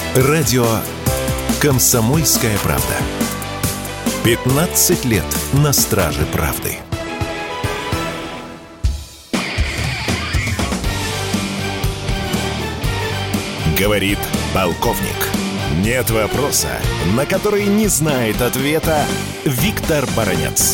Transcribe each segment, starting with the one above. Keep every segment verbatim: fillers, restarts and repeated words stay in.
Радио «Комсомольская правда». пятнадцать лет на страже правды. Говорит полковник. Нет вопроса, на который не знает ответа Виктор Баранец.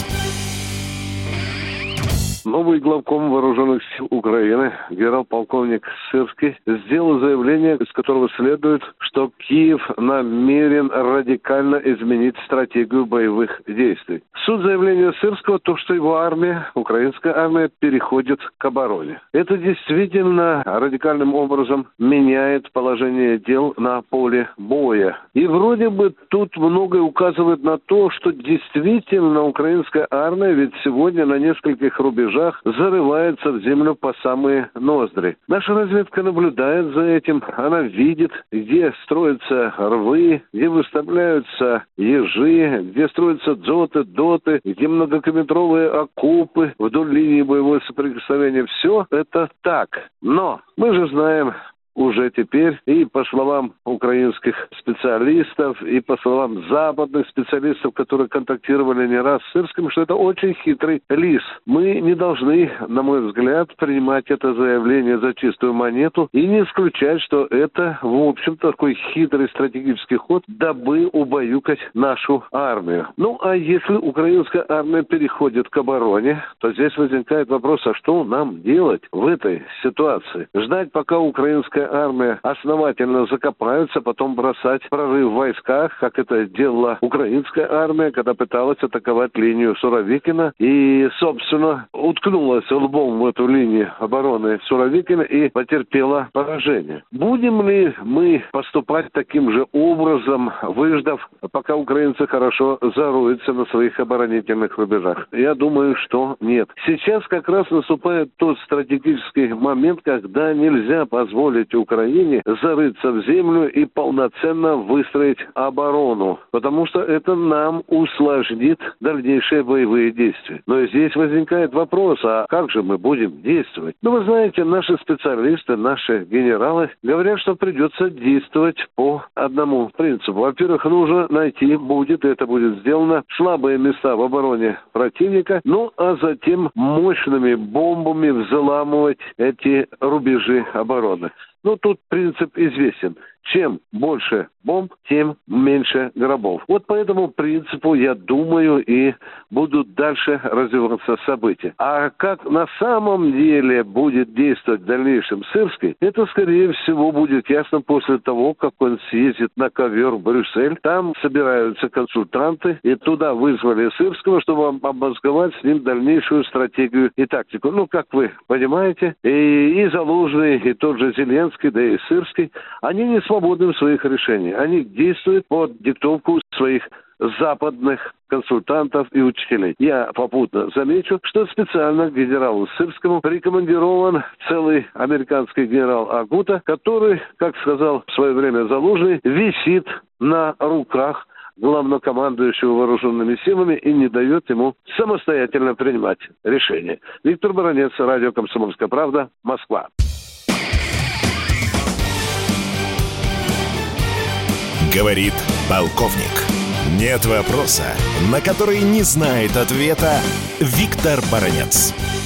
Новый главком Вооруженных сил Украины, генерал-полковник Сырский, сделал заявление, из которого следует, что Киев намерен радикально изменить стратегию боевых действий. Суть заявления Сырского – то, что его армия, украинская армия, переходит к обороне. Это действительно радикальным образом меняет положение дел на поле боя. И вроде бы тут многое указывает на то, что действительно украинская армия ведь сегодня на нескольких рубежах зарывается в землю по самые ноздри. Наша разведка наблюдает за этим. Она видит, где строятся рвы, где выставляются ежи, где строятся дзоты, доты, где многокилометровые окопы вдоль линии боевого соприкосновения. Все это так. Но мы же знаем уже теперь, и по словам украинских специалистов, и по словам западных специалистов, которые контактировали не раз с Сырским, что это очень хитрый лис. Мы не должны, на мой взгляд, принимать это заявление за чистую монету и не исключать, что это, в общем-то, такой хитрый стратегический ход, дабы убаюкать нашу армию. Ну, а если украинская армия переходит к обороне, то здесь возникает вопрос, а что нам делать в этой ситуации? Ждать, пока украинская армия основательно закопается, потом бросать прорыв в войсках, как это делала украинская армия, когда пыталась атаковать линию Суровикина и, собственно, уткнулась лбом в эту линию обороны Суровикина и потерпела поражение. Будем ли мы поступать таким же образом, выждав, пока украинцы хорошо зароются на своих оборонительных рубежах? Я думаю, что нет. Сейчас как раз наступает тот стратегический момент, когда нельзя позволить Украине зарыться в землю и полноценно выстроить оборону, потому что это нам усложнит дальнейшие боевые действия. Но здесь возникает вопрос, а как же мы будем действовать? Ну, вы знаете, наши специалисты, наши генералы говорят, что придется действовать по одному принципу. Во-первых, нужно найти будет, и это будет сделано, слабые места в обороне противника, ну, а затем мощными бомбами взламывать эти рубежи обороны. Ну, тут принцип известен. Чем больше бомб, тем меньше гробов. Вот по этому принципу, я думаю, и будут дальше развиваться события. А как на самом деле будет действовать в дальнейшем Сырский, это, скорее всего, будет ясно после того, как он съездит на ковер в Брюссель. Там собираются консультанты, и туда вызвали Сырского, чтобы обмозговать с ним дальнейшую стратегию и тактику. Ну, как вы понимаете, и, и Залужный, и тот же Зеленский, да и Сырский, они не свободны в своих решениях. Они действуют под диктовку своих западных консультантов и учителей. Я попутно замечу, что специально к генералу Сырскому прикомандирован целый американский генерал Агута, который, как сказал в свое время Залужный, висит на руках главнокомандующего вооруженными силами и не дает ему самостоятельно принимать решения. Виктор Баранец, радио «Комсомольская правда», Москва. Говорит полковник. Нет вопроса, на который не знает ответа Виктор Баранец.